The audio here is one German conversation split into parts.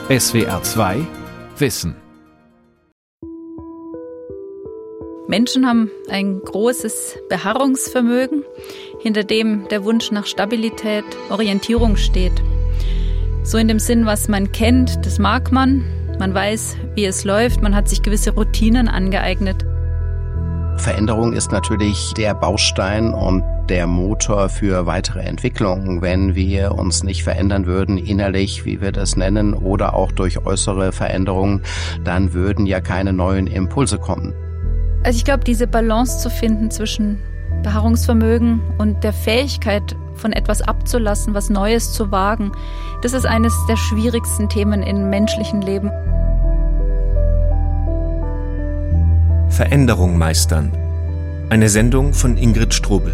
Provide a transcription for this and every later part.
SWR 2 Wissen. Menschen haben ein großes Beharrungsvermögen, hinter dem der Wunsch nach Stabilität, Orientierung steht. So in dem Sinn, was man kennt, das mag man. Man weiß, wie es läuft. Man hat sich gewisse Routinen angeeignet. Veränderung ist natürlich der Baustein und der Motor für weitere Entwicklungen. Wenn wir uns nicht verändern würden, innerlich, wie wir das nennen, oder auch durch äußere Veränderungen, dann würden ja keine neuen Impulse kommen. Also ich glaube, diese Balance zu finden zwischen Beharrungsvermögen und der Fähigkeit, von etwas abzulassen, was Neues zu wagen, das ist eines der schwierigsten Themen im menschlichen Leben. Veränderung meistern. Eine Sendung von Ingrid Strobel.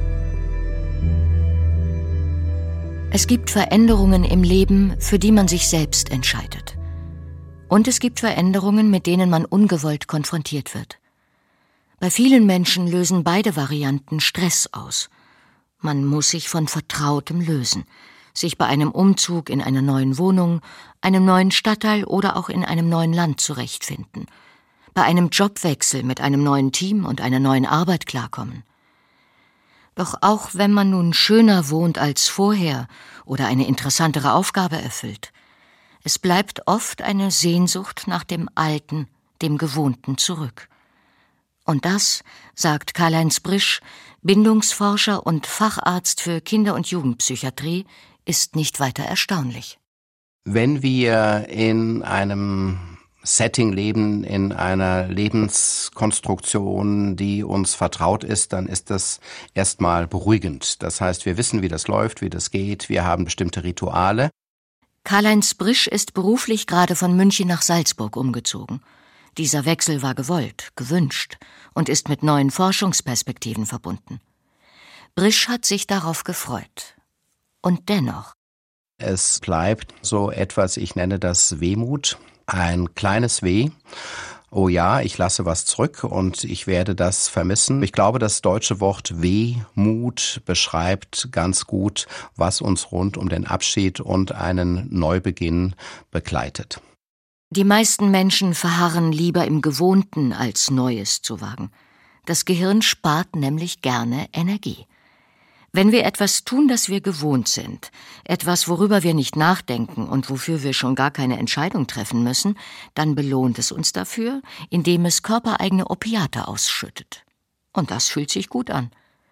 Es gibt Veränderungen im Leben, für die man sich selbst entscheidet. Und es gibt Veränderungen, mit denen man ungewollt konfrontiert wird. Bei vielen Menschen lösen beide Varianten Stress aus. Man muss sich von Vertrautem lösen, sich bei einem Umzug in einer neuen Wohnung, einem neuen Stadtteil oder auch in einem neuen Land zurechtfinden, bei einem Jobwechsel mit einem neuen Team und einer neuen Arbeit klarkommen. Doch auch wenn man nun schöner wohnt als vorher oder eine interessantere Aufgabe erfüllt, es bleibt oft eine Sehnsucht nach dem Alten, dem Gewohnten zurück. Und das, sagt Karl-Heinz Brisch, Bindungsforscher und Facharzt für Kinder- und Jugendpsychiatrie, ist nicht weiter erstaunlich. Wenn wir in einem Setting leben, in einer Lebenskonstruktion, die uns vertraut ist, dann ist das erstmal beruhigend. Das heißt, wir wissen, wie das läuft, wie das geht, wir haben bestimmte Rituale. Karl-Heinz Brisch ist beruflich gerade von München nach Salzburg umgezogen. Dieser Wechsel war gewollt, gewünscht und ist mit neuen Forschungsperspektiven verbunden. Brisch hat sich darauf gefreut. Und dennoch. Es bleibt so etwas, ich nenne das Wehmut, ein kleines Weh. Oh ja, ich lasse was zurück und ich werde das vermissen. Ich glaube, das deutsche Wort Wehmut beschreibt ganz gut, was uns rund um den Abschied und einen Neubeginn begleitet. Die meisten Menschen verharren lieber im Gewohnten, als Neues zu wagen. Das Gehirn spart nämlich gerne Energie. Wenn wir etwas tun, das wir gewohnt sind, etwas, worüber wir nicht nachdenken und wofür wir schon gar keine Entscheidung treffen müssen, dann belohnt es uns dafür, indem es körpereigene Opiate ausschüttet. Und das fühlt sich gut an.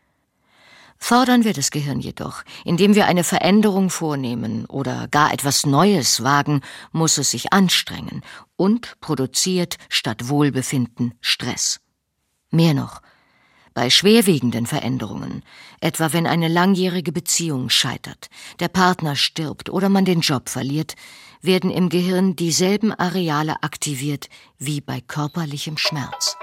Fordern wir das Gehirn jedoch, indem wir eine Veränderung vornehmen oder gar etwas Neues wagen, muss es sich anstrengen und produziert statt Wohlbefinden Stress. Mehr noch, bei schwerwiegenden Veränderungen, etwa wenn eine langjährige Beziehung scheitert, der Partner stirbt oder man den Job verliert, werden im Gehirn dieselben Areale aktiviert wie bei körperlichem Schmerz.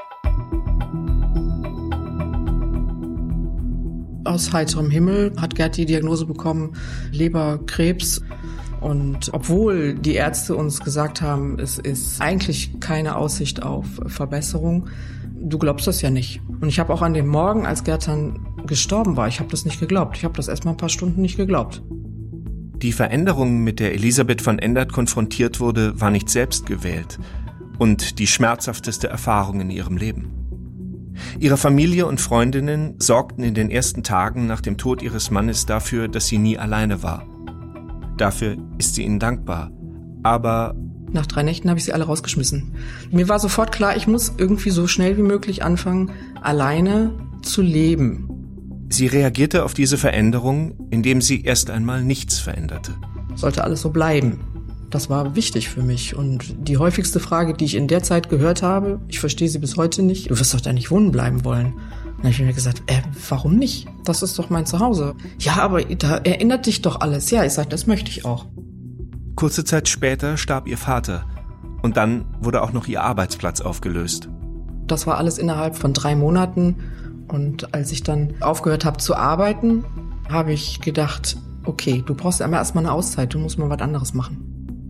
Aus heiterem Himmel hat Gerd die Diagnose bekommen, Leberkrebs. Und obwohl die Ärzte uns gesagt haben, es ist eigentlich keine Aussicht auf Verbesserung, du glaubst das ja nicht. Und ich habe auch an dem Morgen, als Gerd dann gestorben war, ich habe das nicht geglaubt. Ich habe das erst mal ein paar Stunden nicht geglaubt. Die Veränderung, mit der Elisabeth von Endert konfrontiert wurde, war nicht selbst gewählt und die schmerzhafteste Erfahrung in ihrem Leben. Ihre Familie und Freundinnen sorgten in den ersten Tagen nach dem Tod ihres Mannes dafür, dass sie nie alleine war. Dafür ist sie ihnen dankbar. Aber nach 3 Nächten habe ich sie alle rausgeschmissen. Mir war sofort klar, ich muss irgendwie so schnell wie möglich anfangen, alleine zu leben. Sie reagierte auf diese Veränderung, indem sie erst einmal nichts veränderte. Sollte alles so bleiben. Das war wichtig für mich. Und die häufigste Frage, die ich in der Zeit gehört habe, ich verstehe sie bis heute nicht, du wirst doch da nicht wohnen bleiben wollen. Dann habe ich mir gesagt, warum nicht? Das ist doch mein Zuhause. Ja, aber da erinnert dich doch alles. Ja, ich sage, das möchte ich auch. Kurze Zeit später starb ihr Vater. Und dann wurde auch noch ihr Arbeitsplatz aufgelöst. Das war alles innerhalb von 3 Monaten. Und als ich dann aufgehört habe zu arbeiten, habe ich gedacht, okay, du brauchst erstmal eine Auszeit, du musst mal was anderes machen.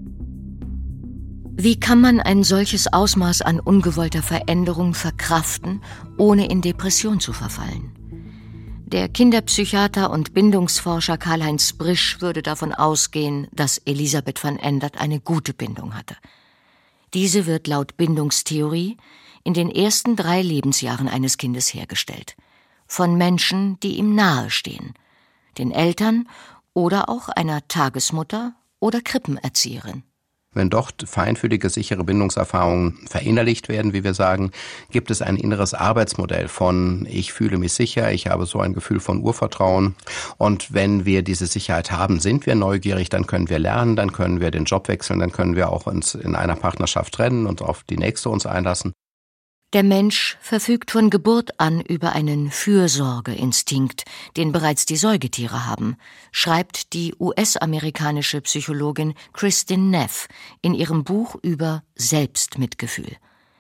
Wie kann man ein solches Ausmaß an ungewollter Veränderung verkraften, ohne in Depression zu verfallen? Der Kinderpsychiater und Bindungsforscher Karl-Heinz Brisch würde davon ausgehen, dass Elisabeth van Endert eine gute Bindung hatte. Diese wird laut Bindungstheorie in den ersten 3 Lebensjahren eines Kindes hergestellt. Von Menschen, die ihm nahestehen. Den Eltern oder auch einer Tagesmutter oder Krippenerzieherin. Wenn dort feinfühlige, sichere Bindungserfahrungen verinnerlicht werden, wie wir sagen, gibt es ein inneres Arbeitsmodell von ich fühle mich sicher, ich habe so ein Gefühl von Urvertrauen. Und wenn wir diese Sicherheit haben, sind wir neugierig, dann können wir lernen, dann können wir den Job wechseln, dann können wir auch uns in einer Partnerschaft trennen und auf die nächste uns einlassen. Der Mensch verfügt von Geburt an über einen Fürsorgeinstinkt, den bereits die Säugetiere haben, schreibt die US-amerikanische Psychologin Kristin Neff in ihrem Buch über Selbstmitgefühl.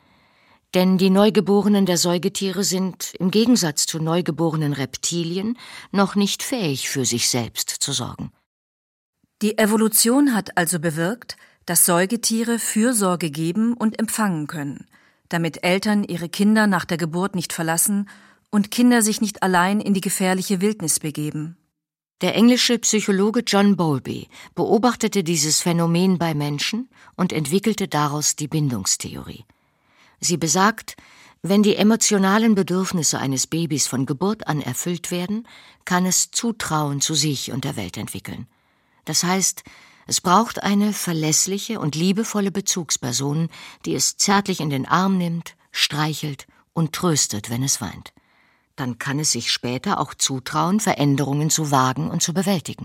Denn die Neugeborenen der Säugetiere sind, im Gegensatz zu neugeborenen Reptilien, noch nicht fähig, für sich selbst zu sorgen. Die Evolution hat also bewirkt, dass Säugetiere Fürsorge geben und empfangen können, damit Eltern ihre Kinder nach der Geburt nicht verlassen und Kinder sich nicht allein in die gefährliche Wildnis begeben. Der englische Psychologe John Bowlby beobachtete dieses Phänomen bei Menschen und entwickelte daraus die Bindungstheorie. Sie besagt, wenn die emotionalen Bedürfnisse eines Babys von Geburt an erfüllt werden, kann es Zutrauen zu sich und der Welt entwickeln. Das heißt, es braucht eine verlässliche und liebevolle Bezugsperson, die es zärtlich in den Arm nimmt, streichelt und tröstet, wenn es weint. Dann kann es sich später auch zutrauen, Veränderungen zu wagen und zu bewältigen.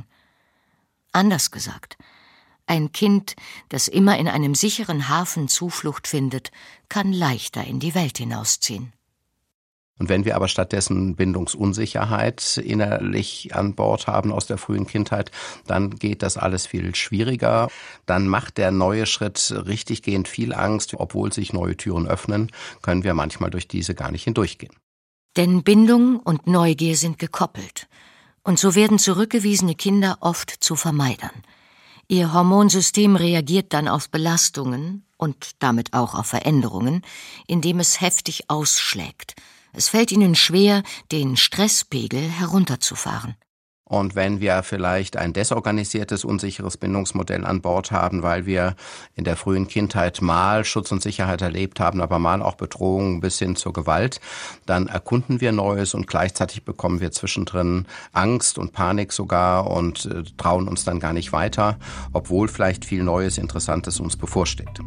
Anders gesagt, ein Kind, das immer in einem sicheren Hafen Zuflucht findet, kann leichter in die Welt hinausziehen. Und wenn wir aber stattdessen Bindungsunsicherheit innerlich an Bord haben aus der frühen Kindheit, dann geht das alles viel schwieriger. Dann macht der neue Schritt richtiggehend viel Angst. Obwohl sich neue Türen öffnen, können wir manchmal durch diese gar nicht hindurchgehen. Denn Bindung und Neugier sind gekoppelt. Und so werden zurückgewiesene Kinder oft zu Vermeidern. Ihr Hormonsystem reagiert dann auf Belastungen und damit auch auf Veränderungen, indem es heftig ausschlägt. Es fällt ihnen schwer, den Stresspegel herunterzufahren. Und wenn wir vielleicht ein desorganisiertes, unsicheres Bindungsmodell an Bord haben, weil wir in der frühen Kindheit mal Schutz und Sicherheit erlebt haben, aber mal auch Bedrohung bis hin zur Gewalt, dann erkunden wir Neues und gleichzeitig bekommen wir zwischendrin Angst und Panik sogar und trauen uns dann gar nicht weiter, obwohl vielleicht viel Neues, Interessantes uns bevorsteht.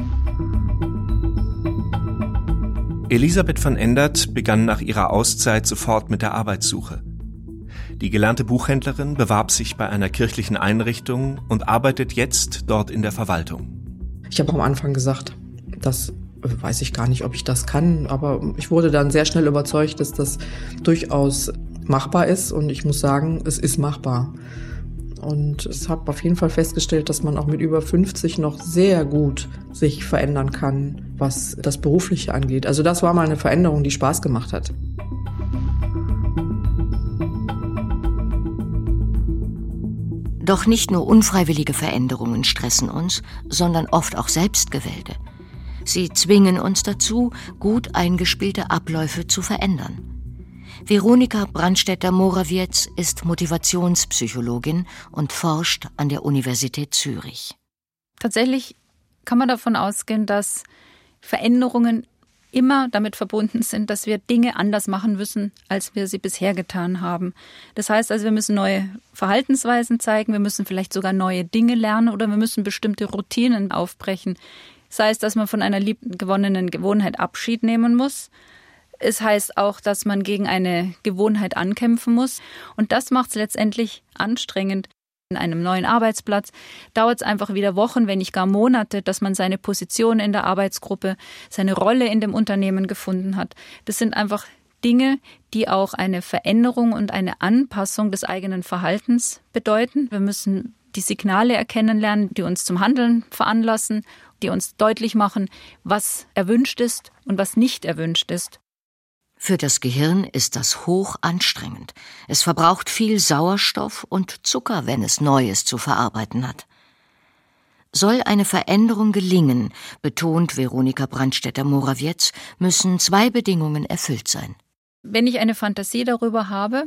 Elisabeth van Endert begann nach ihrer Auszeit sofort mit der Arbeitssuche. Die gelernte Buchhändlerin bewarb sich bei einer kirchlichen Einrichtung und arbeitet jetzt dort in der Verwaltung. Ich habe am Anfang gesagt, das weiß ich gar nicht, ob ich das kann, aber ich wurde dann sehr schnell überzeugt, dass das durchaus machbar ist und ich muss sagen, es ist machbar. Und ich habe auf jeden Fall festgestellt, dass man auch mit über 50 noch sehr gut sich verändern kann, was das Berufliche angeht. Also das war mal eine Veränderung, die Spaß gemacht hat. Doch nicht nur unfreiwillige Veränderungen stressen uns, sondern oft auch selbstgewählte. Sie zwingen uns dazu, gut eingespielte Abläufe zu verändern. Veronika Brandstätter-Morawiecz ist Motivationspsychologin und forscht an der Universität Zürich. Tatsächlich kann man davon ausgehen, dass Veränderungen immer damit verbunden sind, dass wir Dinge anders machen müssen, als wir sie bisher getan haben. Das heißt also, wir müssen neue Verhaltensweisen zeigen, wir müssen vielleicht sogar neue Dinge lernen oder wir müssen bestimmte Routinen aufbrechen. Das heißt, dass man von einer liebgewonnenen Gewohnheit Abschied nehmen muss. Es heißt auch, dass man gegen eine Gewohnheit ankämpfen muss. Und das macht es letztendlich anstrengend. In einem neuen Arbeitsplatz dauert es einfach wieder Wochen, wenn nicht gar Monate, dass man seine Position in der Arbeitsgruppe, seine Rolle in dem Unternehmen gefunden hat. Das sind einfach Dinge, die auch eine Veränderung und eine Anpassung des eigenen Verhaltens bedeuten. Wir müssen die Signale erkennen lernen, die uns zum Handeln veranlassen, die uns deutlich machen, was erwünscht ist und was nicht erwünscht ist. Für das Gehirn ist das hoch anstrengend. Es verbraucht viel Sauerstoff und Zucker, wenn es Neues zu verarbeiten hat. Soll eine Veränderung gelingen, betont Veronika Brandstätter-Morawiecz, müssen 2 Bedingungen erfüllt sein. Wenn ich eine Fantasie darüber habe,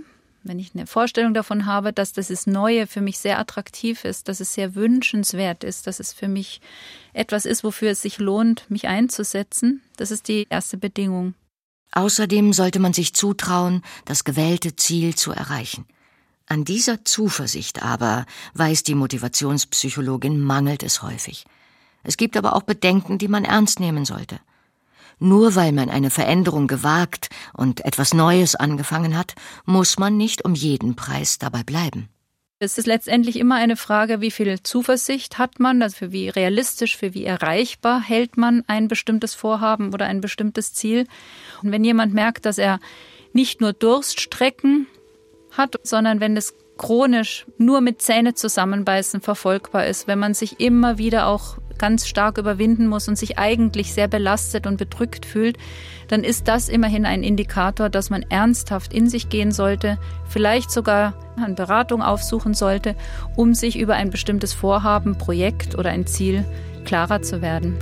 wenn ich eine Vorstellung davon habe, dass das Neue für mich sehr attraktiv ist, dass es sehr wünschenswert ist, dass es für mich etwas ist, wofür es sich lohnt, mich einzusetzen, das ist die erste Bedingung. Außerdem sollte man sich zutrauen, das gewählte Ziel zu erreichen. An dieser Zuversicht aber, weiß die Motivationspsychologin, mangelt es häufig. Es gibt aber auch Bedenken, die man ernst nehmen sollte. Nur weil man eine Veränderung gewagt und etwas Neues angefangen hat, muss man nicht um jeden Preis dabei bleiben. Es ist letztendlich immer eine Frage, wie viel Zuversicht hat man, also für wie realistisch, für wie erreichbar hält man ein bestimmtes Vorhaben oder ein bestimmtes Ziel. Und wenn jemand merkt, dass er nicht nur Durststrecken hat, sondern wenn es chronisch nur mit Zähne zusammenbeißen verfolgbar ist, wenn man sich immer wieder auch ganz stark überwinden muss und sich eigentlich sehr belastet und bedrückt fühlt, dann ist das immerhin ein Indikator, dass man ernsthaft in sich gehen sollte, vielleicht sogar eine Beratung aufsuchen sollte, um sich über ein bestimmtes Vorhaben, Projekt oder ein Ziel klarer zu werden.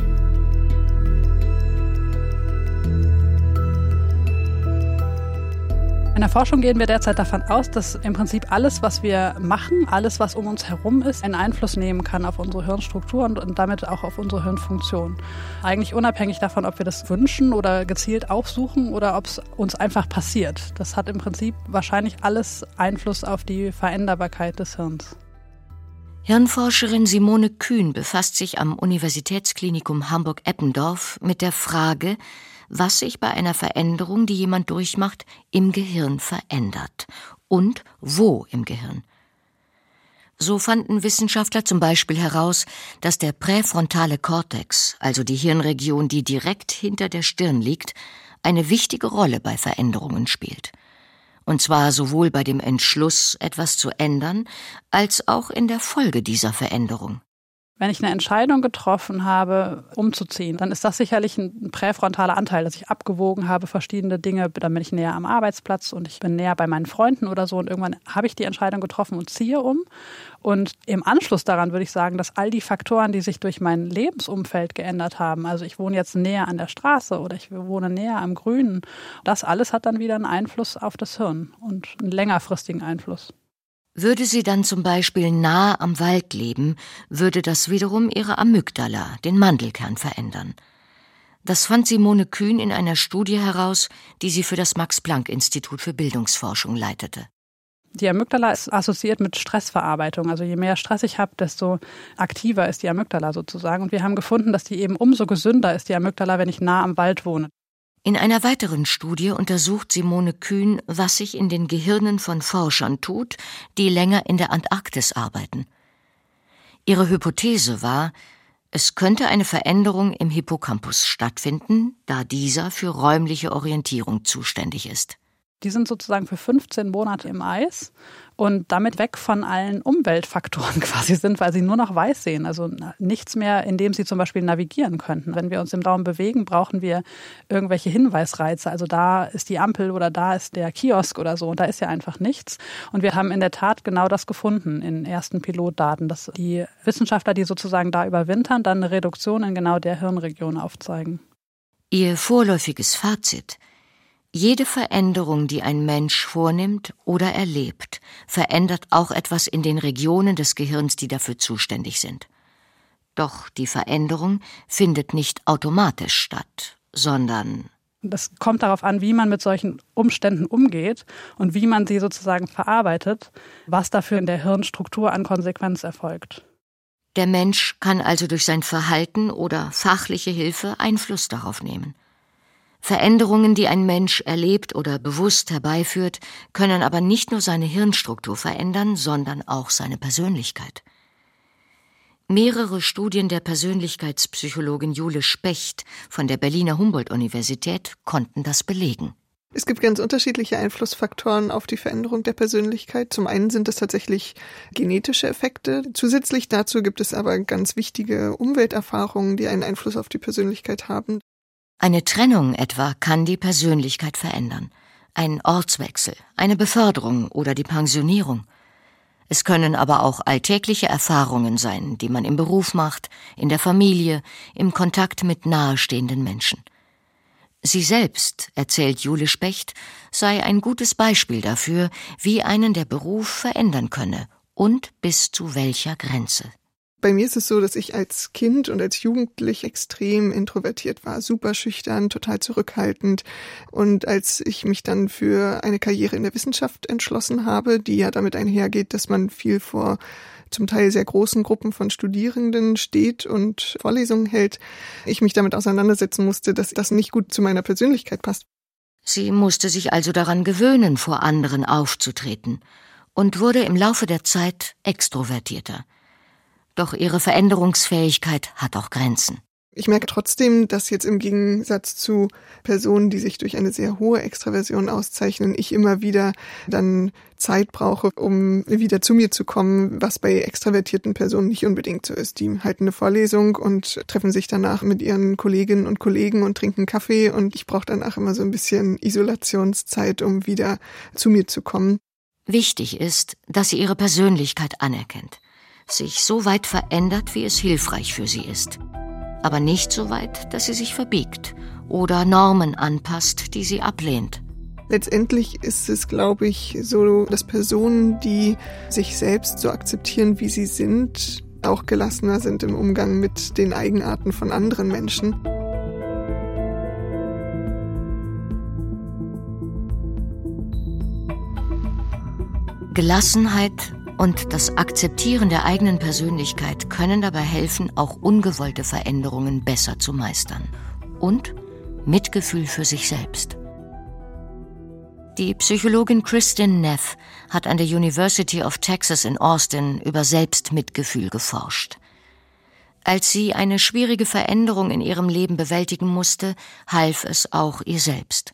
In der Forschung gehen wir derzeit davon aus, dass im Prinzip alles, was wir machen, alles, was um uns herum ist, einen Einfluss nehmen kann auf unsere Hirnstruktur und damit auch auf unsere Hirnfunktion. Eigentlich unabhängig davon, ob wir das wünschen oder gezielt aufsuchen oder ob es uns einfach passiert. Das hat im Prinzip wahrscheinlich alles Einfluss auf die Veränderbarkeit des Hirns. Hirnforscherin Simone Kühn befasst sich am Universitätsklinikum Hamburg-Eppendorf mit der Frage, was sich bei einer Veränderung, die jemand durchmacht, im Gehirn verändert und wo im Gehirn. So fanden Wissenschaftler zum Beispiel heraus, dass der präfrontale Kortex, also die Hirnregion, die direkt hinter der Stirn liegt, eine wichtige Rolle bei Veränderungen spielt. Und zwar sowohl bei dem Entschluss, etwas zu ändern, als auch in der Folge dieser Veränderung. Wenn ich eine Entscheidung getroffen habe, umzuziehen, dann ist das sicherlich ein präfrontaler Anteil, dass ich abgewogen habe, verschiedene Dinge, dann bin ich näher am Arbeitsplatz und ich bin näher bei meinen Freunden oder so und irgendwann habe ich die Entscheidung getroffen und ziehe um. Und im Anschluss daran würde ich sagen, dass all die Faktoren, die sich durch mein Lebensumfeld geändert haben, also ich wohne jetzt näher an der Straße oder ich wohne näher am Grünen, das alles hat dann wieder einen Einfluss auf das Hirn und einen längerfristigen Einfluss. Würde sie dann zum Beispiel nahe am Wald leben, würde das wiederum ihre Amygdala, den Mandelkern, verändern. Das fand Simone Kühn in einer Studie heraus, die sie für das Max-Planck-Institut für Bildungsforschung leitete. Die Amygdala ist assoziiert mit Stressverarbeitung. Also je mehr Stress ich habe, desto aktiver ist die Amygdala sozusagen. Und wir haben gefunden, dass die eben umso gesünder ist, die Amygdala, wenn ich nah am Wald wohne. In einer weiteren Studie untersucht Simone Kühn, was sich in den Gehirnen von Forschern tut, die länger in der Antarktis arbeiten. Ihre Hypothese war, es könnte eine Veränderung im Hippocampus stattfinden, da dieser für räumliche Orientierung zuständig ist. Die sind sozusagen für 15 Monate im Eis und damit weg von allen Umweltfaktoren quasi sind, weil sie nur noch weiß sehen. Also nichts mehr, in dem sie zum Beispiel navigieren könnten. Wenn wir uns im Raum bewegen, brauchen wir irgendwelche Hinweisreize. Also da ist die Ampel oder da ist der Kiosk oder so und da ist ja einfach nichts. Und wir haben in der Tat genau das gefunden in ersten Pilotdaten, dass die Wissenschaftler, die sozusagen da überwintern, dann eine Reduktion in genau der Hirnregion aufzeigen. Ihr vorläufiges Fazit: Jede Veränderung, die ein Mensch vornimmt oder erlebt, verändert auch etwas in den Regionen des Gehirns, die dafür zuständig sind. Doch die Veränderung findet nicht automatisch statt, sondern das kommt darauf an, wie man mit solchen Umständen umgeht und wie man sie sozusagen verarbeitet, was dafür in der Hirnstruktur an Konsequenz erfolgt. Der Mensch kann also durch sein Verhalten oder fachliche Hilfe Einfluss darauf nehmen. Veränderungen, die ein Mensch erlebt oder bewusst herbeiführt, können aber nicht nur seine Hirnstruktur verändern, sondern auch seine Persönlichkeit. Mehrere Studien der Persönlichkeitspsychologin Jule Specht von der Berliner Humboldt-Universität konnten das belegen. Es gibt ganz unterschiedliche Einflussfaktoren auf die Veränderung der Persönlichkeit. Zum einen sind es tatsächlich genetische Effekte. Zusätzlich dazu gibt es aber ganz wichtige Umwelterfahrungen, die einen Einfluss auf die Persönlichkeit haben. Eine Trennung etwa kann die Persönlichkeit verändern. Ein Ortswechsel, eine Beförderung oder die Pensionierung. Es können aber auch alltägliche Erfahrungen sein, die man im Beruf macht, in der Familie, im Kontakt mit nahestehenden Menschen. Sie selbst, erzählt Jule Specht, sei ein gutes Beispiel dafür, wie einen der Beruf verändern könne und bis zu welcher Grenze. Bei mir ist es so, dass ich als Kind und als Jugendlich extrem introvertiert war, super schüchtern, total zurückhaltend. Und als ich mich dann für eine Karriere in der Wissenschaft entschlossen habe, die ja damit einhergeht, dass man viel vor zum Teil sehr großen Gruppen von Studierenden steht und Vorlesungen hält, ich mich damit auseinandersetzen musste, dass das nicht gut zu meiner Persönlichkeit passt. Sie musste sich also daran gewöhnen, vor anderen aufzutreten und wurde im Laufe der Zeit extrovertierter. Doch ihre Veränderungsfähigkeit hat auch Grenzen. Ich merke trotzdem, dass jetzt im Gegensatz zu Personen, die sich durch eine sehr hohe Extraversion auszeichnen, ich immer wieder dann Zeit brauche, um wieder zu mir zu kommen, was bei extravertierten Personen nicht unbedingt so ist. Die halten eine Vorlesung und treffen sich danach mit ihren Kolleginnen und Kollegen und trinken Kaffee und ich brauche danach immer so ein bisschen Isolationszeit, um wieder zu mir zu kommen. Wichtig ist, dass sie ihre Persönlichkeit anerkennt, sich so weit verändert, wie es hilfreich für sie ist. Aber nicht so weit, dass sie sich verbiegt oder Normen anpasst, die sie ablehnt. Letztendlich ist es, glaube ich, so, dass Personen, die sich selbst so akzeptieren, wie sie sind, auch gelassener sind im Umgang mit den Eigenarten von anderen Menschen. Gelassenheit und das Akzeptieren der eigenen Persönlichkeit können dabei helfen, auch ungewollte Veränderungen besser zu meistern. Und Mitgefühl für sich selbst. Die Psychologin Kristin Neff hat an der University of Texas in Austin über Selbstmitgefühl geforscht. Als sie eine schwierige Veränderung in ihrem Leben bewältigen musste, half es auch ihr selbst.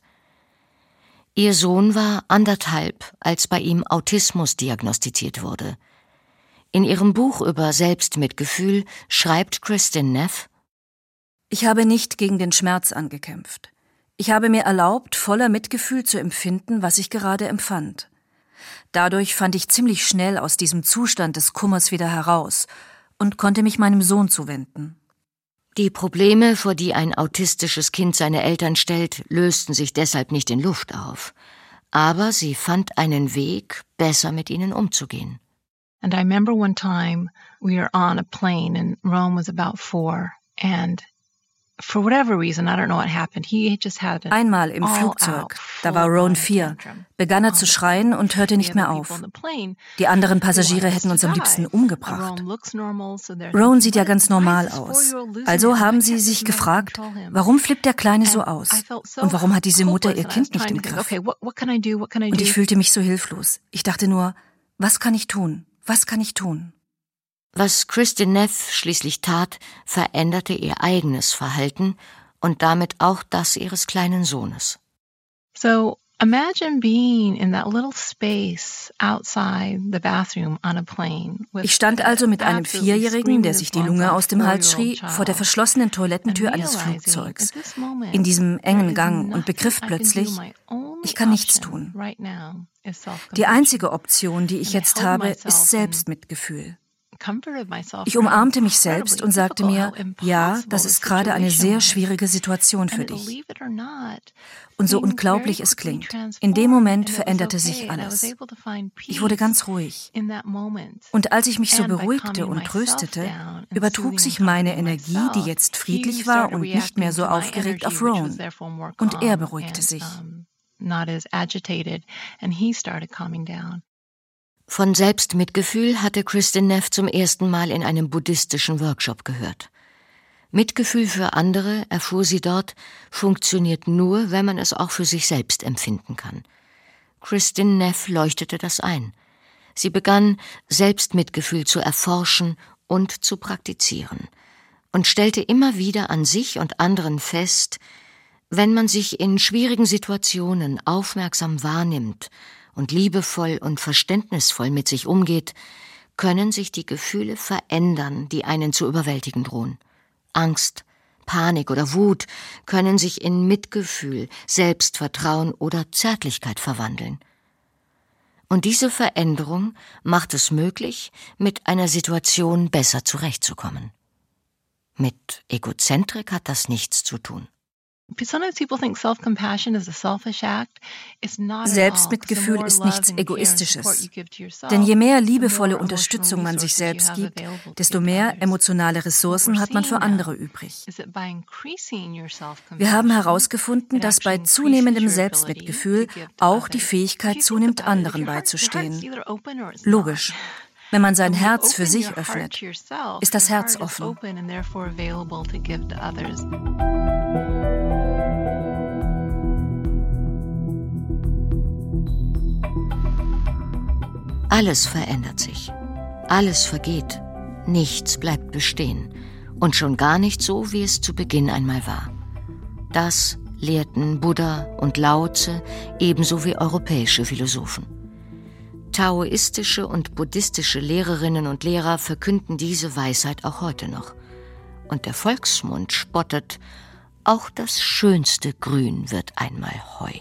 Ihr Sohn war 1,5, als bei ihm Autismus diagnostiziert wurde. In ihrem Buch über Selbstmitgefühl schreibt Kristin Neff: Ich habe nicht gegen den Schmerz angekämpft. Ich habe mir erlaubt, voller Mitgefühl zu empfinden, was ich gerade empfand. Dadurch fand ich ziemlich schnell aus diesem Zustand des Kummers wieder heraus und konnte mich meinem Sohn zuwenden. Die Probleme, vor die ein autistisches Kind seine Eltern stellt, lösten sich deshalb nicht in Luft auf. Aber sie fand einen Weg, besser mit ihnen umzugehen. And I remember one time we were on a plane and Rome was about 4 and for whatever reason, I don't know what happened, he just had an Einmal im Flugzeug, da war Roan 4, begann er zu schreien und hörte nicht mehr auf. Die anderen Passagiere hätten uns am liebsten umgebracht. Roan sieht ja ganz normal aus. Also haben sie sich gefragt, warum flippt der Kleine so aus? Und warum hat diese Mutter ihr Kind nicht im Griff? Und ich fühlte mich so hilflos. Ich dachte nur, was kann ich tun? Was kann ich tun? Was Kristin Neff schließlich tat, veränderte ihr eigenes Verhalten und damit auch das ihres kleinen Sohnes. So imagine being in that little space outside the bathroom on a plane. Ich stand also mit einem 4-Jährigen, der sich die Lunge aus dem Hals schrie, vor der verschlossenen Toilettentür eines Flugzeugs, in diesem engen Gang und begriff plötzlich, ich kann nichts tun. Die einzige Option, die ich jetzt habe, ist Selbstmitgefühl. Ich umarmte mich selbst und sagte mir, ja, das ist gerade eine sehr schwierige Situation für dich. Und so unglaublich es klingt, in dem Moment veränderte sich alles. Ich wurde ganz ruhig. Und als ich mich so beruhigte und tröstete, übertrug sich meine Energie, die jetzt friedlich war und nicht mehr so aufgeregt, auf Roan. Und er beruhigte sich. Von Selbstmitgefühl hatte Kristin Neff zum ersten Mal in einem buddhistischen Workshop gehört. Mitgefühl für andere, erfuhr sie dort, funktioniert nur, wenn man es auch für sich selbst empfinden kann. Kristin Neff leuchtete das ein. Sie begann, Selbstmitgefühl zu erforschen und zu praktizieren und stellte immer wieder an sich und anderen fest, wenn man sich in schwierigen Situationen aufmerksam wahrnimmt und liebevoll und verständnisvoll mit sich umgeht, können sich die Gefühle verändern, die einen zu überwältigen drohen. Angst, Panik oder Wut können sich in Mitgefühl, Selbstvertrauen oder Zärtlichkeit verwandeln. Und diese Veränderung macht es möglich, mit einer Situation besser zurechtzukommen. Mit Egozentrik hat das nichts zu tun. Selbstmitgefühl ist nichts Egoistisches. Denn je mehr liebevolle Unterstützung man sich selbst gibt, desto mehr emotionale Ressourcen hat man für andere übrig. Wir haben herausgefunden, dass bei zunehmendem Selbstmitgefühl auch die Fähigkeit zunimmt, anderen beizustehen. Logisch. Wenn man sein Herz für sich öffnet, ist das Herz offen. Alles verändert sich. Alles vergeht. Nichts bleibt bestehen. Und schon gar nicht so, wie es zu Beginn einmal war. Das lehrten Buddha und Lao Tse ebenso wie europäische Philosophen. Taoistische und buddhistische Lehrerinnen und Lehrer verkünden diese Weisheit auch heute noch. Und der Volksmund spottet, auch das schönste Grün wird einmal Heu.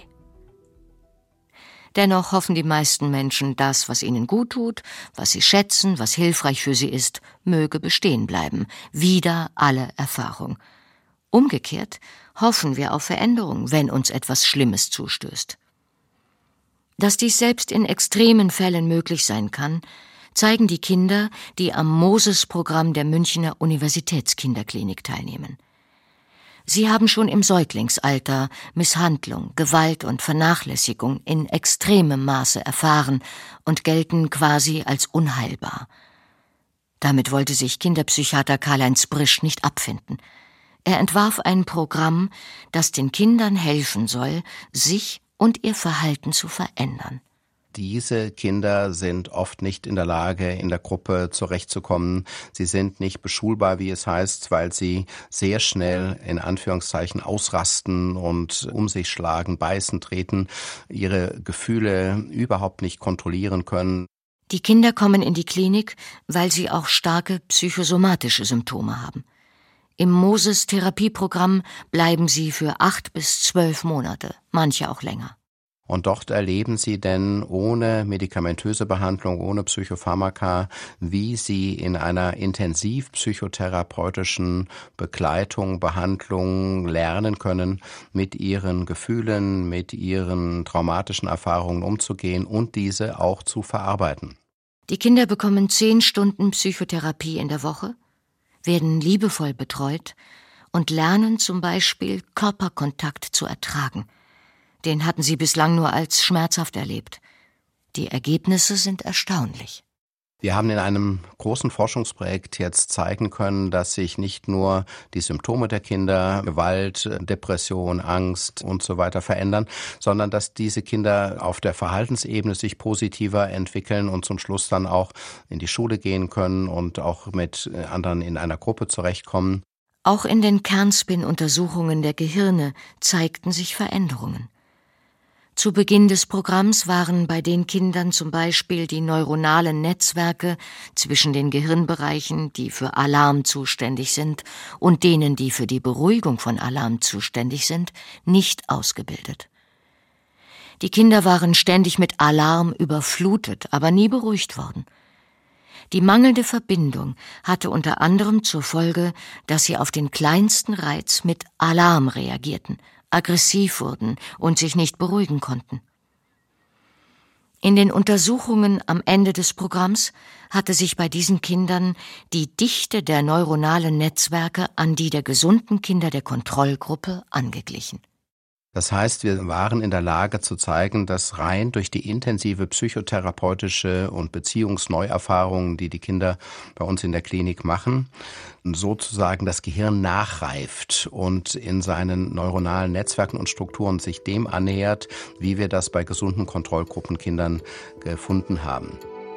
Dennoch hoffen die meisten Menschen, das, was ihnen gut tut, was sie schätzen, was hilfreich für sie ist, möge bestehen bleiben, wider alle Erfahrung. Umgekehrt hoffen wir auf Veränderung, wenn uns etwas Schlimmes zustößt. Dass dies selbst in extremen Fällen möglich sein kann, zeigen die Kinder, die am Moses-Programm der Münchner Universitätskinderklinik teilnehmen. Sie haben schon im Säuglingsalter Misshandlung, Gewalt und Vernachlässigung in extremem Maße erfahren und gelten quasi als unheilbar. Damit wollte sich Kinderpsychiater Karl-Heinz Brisch nicht abfinden. Er entwarf ein Programm, das den Kindern helfen soll, sich und ihr Verhalten zu verändern. Diese Kinder sind oft nicht in der Lage, in der Gruppe zurechtzukommen. Sie sind nicht beschulbar, wie es heißt, weil sie sehr schnell in Anführungszeichen ausrasten und um sich schlagen, beißen, treten, ihre Gefühle überhaupt nicht kontrollieren können. Die Kinder kommen in die Klinik, weil sie auch starke psychosomatische Symptome haben. Im Moses-Therapieprogramm bleiben sie für 8 bis 12 Monate, manche auch länger. Und dort erleben sie denn ohne medikamentöse Behandlung, ohne Psychopharmaka, wie sie in einer intensiv psychotherapeutischen Begleitung, Behandlung lernen können, mit ihren Gefühlen, mit ihren traumatischen Erfahrungen umzugehen und diese auch zu verarbeiten. Die Kinder bekommen 10 Stunden Psychotherapie in der Woche, werden liebevoll betreut und lernen zum Beispiel Körperkontakt zu ertragen. Den hatten sie bislang nur als schmerzhaft erlebt. Die Ergebnisse sind erstaunlich. Wir haben in einem großen Forschungsprojekt jetzt zeigen können, dass sich nicht nur die Symptome der Kinder, Gewalt, Depression, Angst und so weiter verändern, sondern dass diese Kinder auf der Verhaltensebene sich positiver entwickeln und zum Schluss dann auch in die Schule gehen können und auch mit anderen in einer Gruppe zurechtkommen. Auch in den Kernspin-Untersuchungen der Gehirne zeigten sich Veränderungen. Zu Beginn des Programms waren bei den Kindern zum Beispiel die neuronalen Netzwerke zwischen den Gehirnbereichen, die für Alarm zuständig sind, und denen, die für die Beruhigung von Alarm zuständig sind, nicht ausgebildet. Die Kinder waren ständig mit Alarm überflutet, aber nie beruhigt worden. Die mangelnde Verbindung hatte unter anderem zur Folge, dass sie auf den kleinsten Reiz mit Alarm reagierten, aggressiv wurden und sich nicht beruhigen konnten. In den Untersuchungen am Ende des Programms hatte sich bei diesen Kindern die Dichte der neuronalen Netzwerke an die der gesunden Kinder der Kontrollgruppe angeglichen. Das heißt, wir waren in der Lage zu zeigen, dass rein durch die intensive psychotherapeutische und Beziehungsneuerfahrungen, die die Kinder bei uns in der Klinik machen, sozusagen das Gehirn nachreift und in seinen neuronalen Netzwerken und Strukturen sich dem annähert, wie wir das bei gesunden Kontrollgruppenkindern gefunden haben.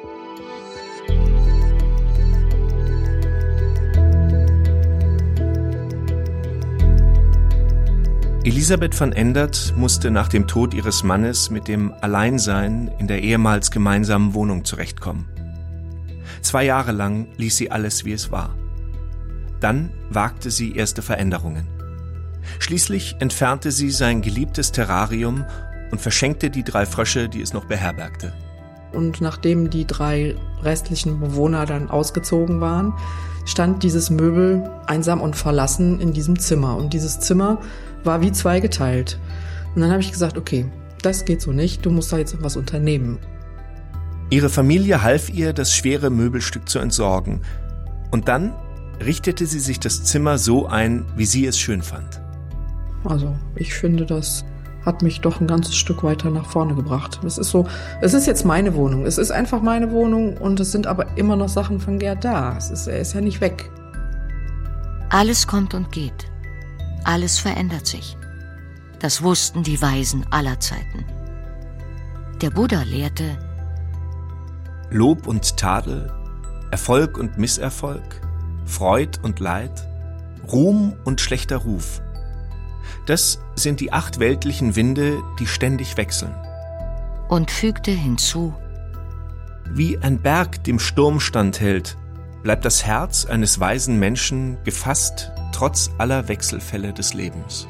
Elisabeth van Endert musste nach dem Tod ihres Mannes mit dem Alleinsein in der ehemals gemeinsamen Wohnung zurechtkommen. 2 Jahre lang ließ sie alles, wie es war. Dann wagte sie erste Veränderungen. Schließlich entfernte sie sein geliebtes Terrarium und verschenkte die 3 Frösche, die es noch beherbergte. Und nachdem die 3 restlichen Bewohner dann ausgezogen waren, stand dieses Möbel einsam und verlassen in diesem Zimmer. Und dieses Zimmer war wie zweigeteilt. Und dann habe ich gesagt, okay, das geht so nicht, du musst da jetzt was unternehmen. Ihre Familie half ihr, das schwere Möbelstück zu entsorgen. Und dann richtete sie sich das Zimmer so ein, wie sie es schön fand. Also ich finde, das hat mich doch ein ganzes Stück weiter nach vorne gebracht. Es ist jetzt meine Wohnung. Es ist einfach meine Wohnung und es sind aber immer noch Sachen von Gerd da. Er ist ja nicht weg. Alles kommt und geht. Alles verändert sich. Das wussten die Weisen aller Zeiten. Der Buddha lehrte: Lob und Tadel, Erfolg und Misserfolg, Freud und Leid, Ruhm und schlechter Ruf. Das sind die 8 weltlichen Winde, die ständig wechseln. Und fügte hinzu: Wie ein Berg dem Sturm standhält, bleibt das Herz eines weisen Menschen gefasst, trotz aller Wechselfälle des Lebens.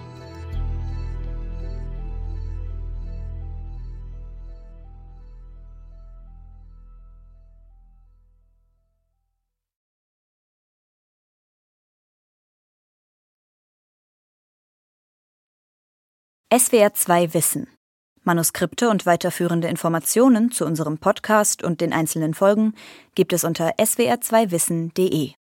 SWR 2 Wissen. Manuskripte und weiterführende Informationen zu unserem Podcast und den einzelnen Folgen gibt es unter swr2wissen.de.